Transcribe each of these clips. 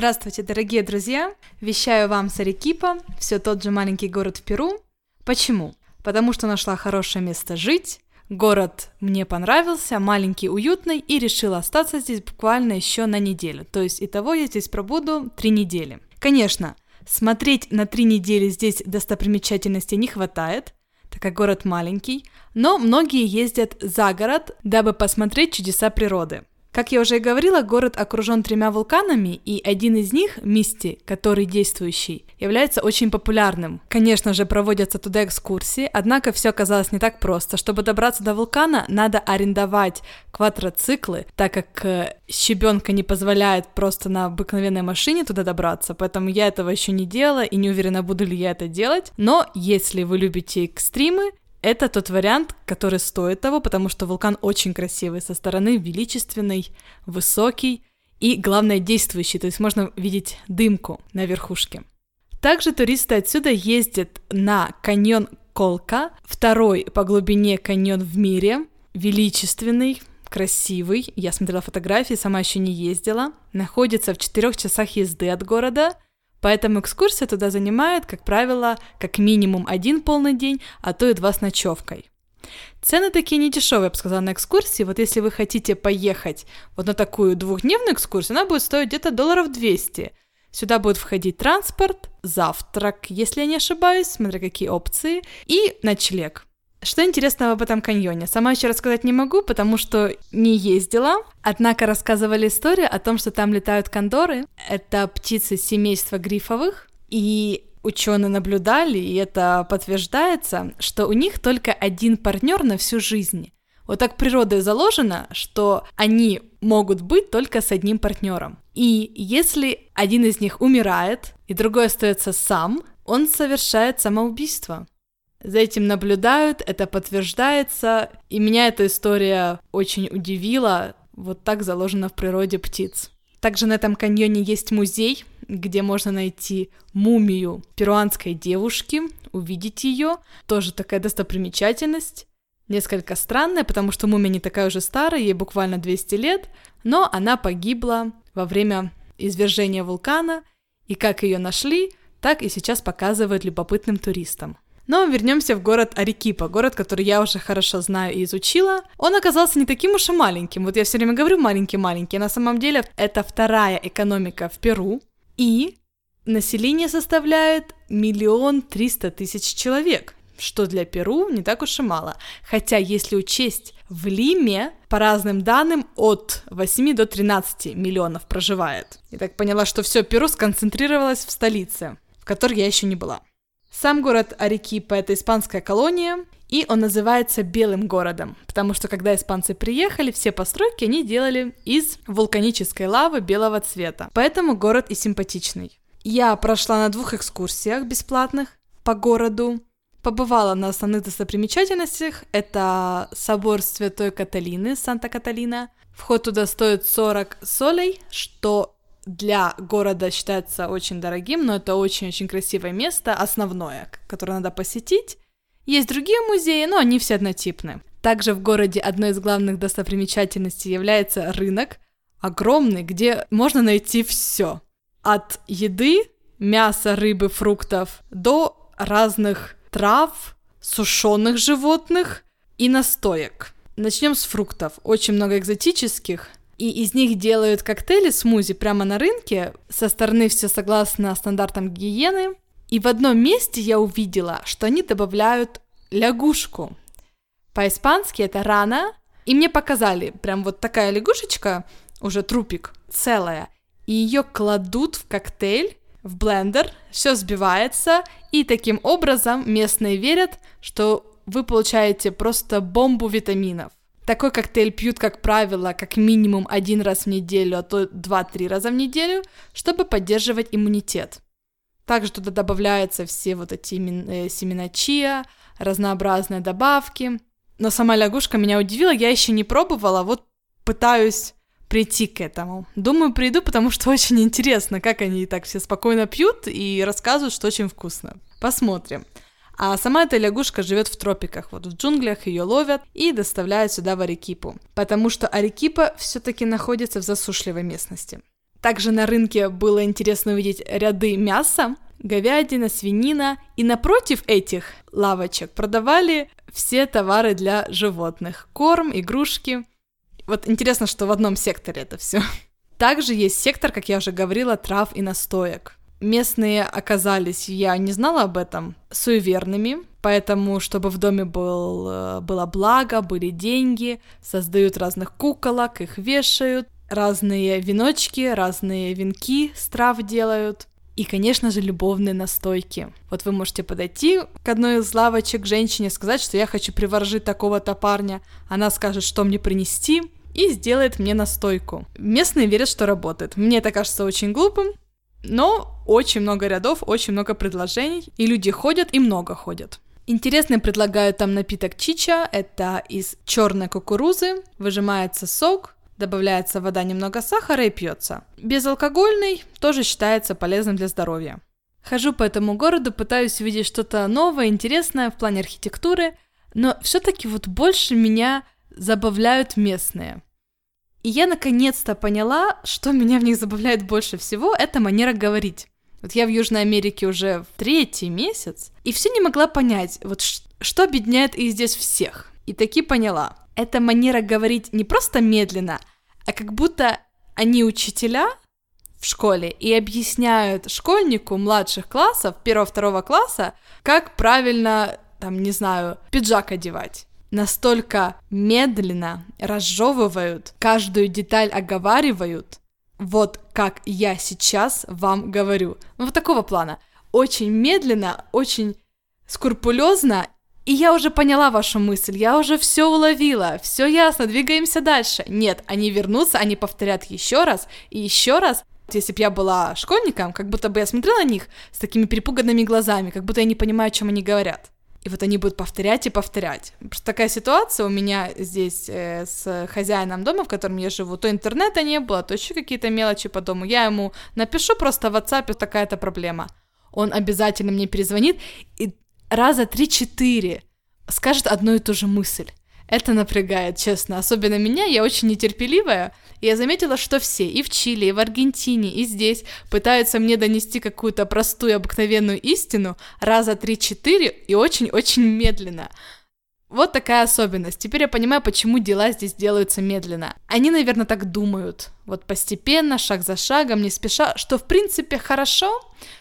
Здравствуйте, дорогие друзья! Вещаю вам с Арекипа, все тот же маленький город в Перу. Почему? Потому что нашла хорошее место жить, город мне понравился, маленький, уютный, и решила остаться здесь буквально еще на неделю. То есть итого я здесь пробуду 3 недели. Конечно, смотреть на 3 недели здесь достопримечательностей не хватает, так как город маленький, но многие ездят за город, дабы посмотреть чудеса природы. Как я уже и говорила, город окружен 3 вулканами, и один из них, Мисти, который действующий, является очень популярным. Конечно же, проводятся туда экскурсии, однако все оказалось не так просто. Чтобы добраться до вулкана, надо арендовать квадроциклы, так как щебенка не позволяет просто на обыкновенной машине туда добраться, поэтому я этого еще не делала и не уверена, буду ли я это делать. Но если вы любите экстримы, это тот вариант, который стоит того, потому что вулкан очень красивый, со стороны величественный, высокий и, главное, действующий, то есть можно видеть дымку на верхушке. Также туристы отсюда ездят на каньон Колка, второй по глубине каньон в мире, величественный, красивый, я смотрела фотографии, сама еще не ездила, находится в 4 часах езды от города. Поэтому экскурсия туда занимает, как правило, как минимум 1 полный день, а то и 2 с ночевкой. Цены такие не дешевые, я бы сказала, на экскурсии. Вот если вы хотите поехать вот на такую 2-дневную экскурсию, она будет стоить где-то $200. Сюда будет входить транспорт, завтрак, если я не ошибаюсь, смотря какие опции, и ночлег. Что интересного об этом каньоне? Сама еще рассказать не могу, потому что не ездила. Однако рассказывали историю о том, что там летают кондоры. Это птицы семейства грифовых. И ученые наблюдали, и это подтверждается, что у них только 1 партнер на всю жизнь. Вот так природой заложено, что они могут быть только с 1 партнером. И если один из них умирает, и другой остается сам, он совершает самоубийство. За этим наблюдают, это подтверждается, и меня эта история очень удивила, вот так заложено в природе птиц. Также на этом каньоне есть музей, где можно найти мумию перуанской девушки, увидеть ее, тоже такая достопримечательность, несколько странная, потому что мумия не такая уже старая, ей буквально 200 лет, но она погибла во время извержения вулкана, и как ее нашли, так и сейчас показывают любопытным туристам. Но вернемся в город Арекипа, город, который я уже хорошо знаю и изучила. Он оказался не таким уж и маленьким. Вот я все время говорю маленький-маленький. На самом деле это 2-я экономика в Перу. И население составляет 1 300 000 человек, что для Перу не так уж и мало. Хотя, если учесть, в Лиме, по разным данным, от 8 до 13 миллионов проживает. Я так поняла, что все Перу сконцентрировалось в столице, в которой я еще не была. Сам город Арекипа — это испанская колония, и он называется Белым городом, потому что когда испанцы приехали, все постройки они делали из вулканической лавы белого цвета, поэтому город и симпатичный. Я прошла на 2 экскурсиях бесплатных по городу, побывала на основных достопримечательностях, это собор Святой Каталины, Санта-Каталина. Вход туда стоит 40 солей, что для города считается очень дорогим, но это очень-очень красивое место, основное, которое надо посетить. Есть другие музеи, но они все однотипны. Также в городе одной из главных достопримечательностей является рынок, огромный, где можно найти все. От еды, мяса, рыбы, фруктов, до разных трав, сушеных животных и настоек. Начнем с фруктов. Очень много экзотических. И из них делают коктейли, смузи прямо на рынке. Со стороны все согласно стандартам гигиены. И в одном месте я увидела, что они добавляют лягушку. По-испански это рана. И мне показали, прям вот такая лягушечка, уже трупик, целая. И ее кладут в коктейль, в блендер, все взбивается. И таким образом местные верят, что вы получаете просто бомбу витаминов. Такой коктейль пьют, как правило, как минимум 1 раз в неделю, а то 2-3 раза в неделю, чтобы поддерживать иммунитет. Также туда добавляются все вот эти семена чиа, разнообразные добавки. Но сама лягушка меня удивила, я еще не пробовала, вот пытаюсь прийти к этому. Думаю, приду, потому что очень интересно, как они так все спокойно пьют и рассказывают, что очень вкусно. Посмотрим. А сама эта лягушка живет в тропиках, вот в джунглях ее ловят и доставляют сюда в Арекипу, потому что Арекипа все-таки находится в засушливой местности. Также на рынке было интересно увидеть ряды мяса, говядина, свинина, и напротив этих лавочек продавали все товары для животных. Корм, игрушки. Вот интересно, что в одном секторе это все. Также есть сектор, как я уже говорила, трав и настоек. Местные оказались, я не знала об этом, суеверными, поэтому, чтобы в доме было благо, были деньги, создают разных куколок, их вешают, разные веночки, разные венки с трав делают. И, конечно же, любовные настойки. Вот вы можете подойти к одной из лавочек женщине, сказать, что я хочу приворожить такого-то парня. Она скажет, что мне принести, и сделает мне настойку. Местные верят, что работает. Мне это кажется очень глупым, но очень много рядов, очень много предложений, и люди ходят, и много ходят. Интересно предлагают там напиток чича, это из черной кукурузы, выжимается сок, добавляется вода, немного сахара и пьется. Безалкогольный, тоже считается полезным для здоровья. Хожу по этому городу, пытаюсь увидеть что-то новое, интересное в плане архитектуры, но все-таки вот больше меня забавляют местные. И я наконец-то поняла, что меня в них забавляет больше всего, это манера говорить. Вот я в Южной Америке уже в 3-й месяц, и все не могла понять, вот что объединяет их здесь всех. И таки поняла. Это манера говорить не просто медленно, а как будто они учителя в школе и объясняют школьнику младших классов, 1-2 класса, как правильно, там, не знаю, пиджак одевать. Настолько медленно разжевывают, каждую деталь оговаривают, вот как я сейчас вам говорю. Ну, вот такого плана. Очень медленно, очень скрупулезно, и я уже поняла вашу мысль, я уже все уловила, все ясно, двигаемся дальше. Нет, они вернутся, они повторят еще раз и еще раз. Если бы я была школьником, как будто бы я смотрела на них с такими перепуганными глазами, как будто я не понимаю, о чем они говорят. И вот они будут повторять и повторять. Просто такая ситуация у меня здесь с хозяином дома, в котором я живу. То интернета не было, то еще какие-то мелочи по дому. Я ему напишу просто в WhatsApp, такая-то проблема. Он обязательно мне перезвонит и раза 3-4 скажет одну и ту же мысль. Это напрягает, честно. Особенно меня, я очень нетерпеливая. И я заметила, что все, и в Чили, и в Аргентине, и здесь, пытаются мне донести какую-то простую, обыкновенную истину раза 3-4 и очень-очень медленно. Вот такая особенность. Теперь я понимаю, почему дела здесь делаются медленно. Они, наверное, так думают. Вот постепенно, шаг за шагом, не спеша, что в принципе хорошо,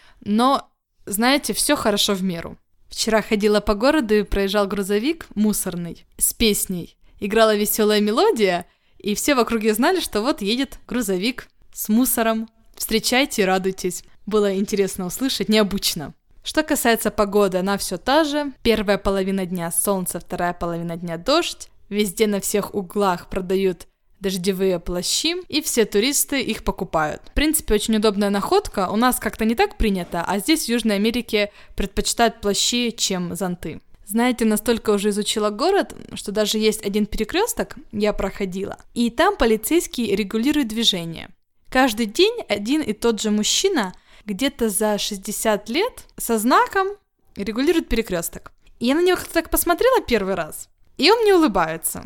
но, знаете, все хорошо в меру. Вчера ходила по городу и проезжал грузовик мусорный с песней. Играла веселая мелодия, и все в округе знали, что вот едет грузовик с мусором. Встречайте, радуйтесь. Было интересно услышать, необычно. Что касается погоды, она все та же. Первая половина дня солнце, вторая половина дня дождь. Везде на всех углах продают дождевые плащи, и все туристы их покупают. В принципе, очень удобная находка. У нас как-то не так принято, а здесь в Южной Америке предпочитают плащи, чем зонты. Знаете, настолько уже изучила город, что даже есть один перекресток, я проходила, и там полицейский регулирует движение. Каждый день один и тот же мужчина где-то за 60 лет со знаком регулирует перекресток. И я на него как-то так посмотрела первый раз, и он мне улыбается.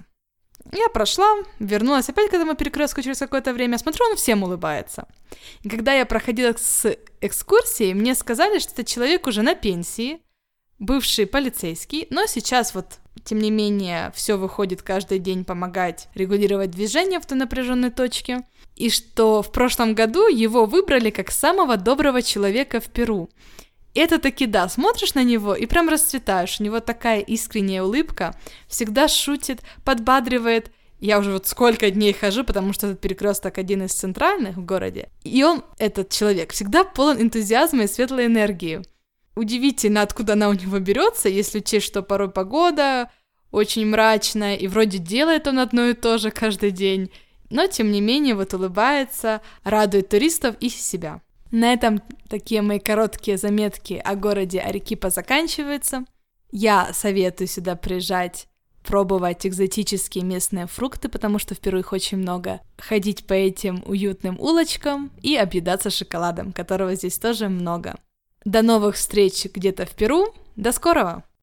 Я прошла, вернулась опять к этому перекрестку через какое-то время, смотрю, он всем улыбается. И когда я проходила с экскурсией, мне сказали, что этот человек уже на пенсии, бывший полицейский, но сейчас вот, тем не менее, все выходит каждый день помогать регулировать движение в той напряженной точке, и что в прошлом году его выбрали как самого доброго человека в Перу. И это таки да, смотришь на него и прям расцветаешь, у него такая искренняя улыбка, всегда шутит, подбадривает. Я уже вот сколько дней хожу, потому что этот перекресток один из центральных в городе, и он, этот человек, всегда полон энтузиазма и светлой энергии. Удивительно, откуда она у него берется, если учесть, что порой погода очень мрачная, и вроде делает он одно и то же каждый день, но тем не менее вот улыбается, радует туристов и себя. На этом такие мои короткие заметки о городе Арекипа заканчиваются. Я советую сюда приезжать, пробовать экзотические местные фрукты, потому что в Перу их очень много, ходить по этим уютным улочкам и объедаться шоколадом, которого здесь тоже много. До новых встреч где-то в Перу. До скорого!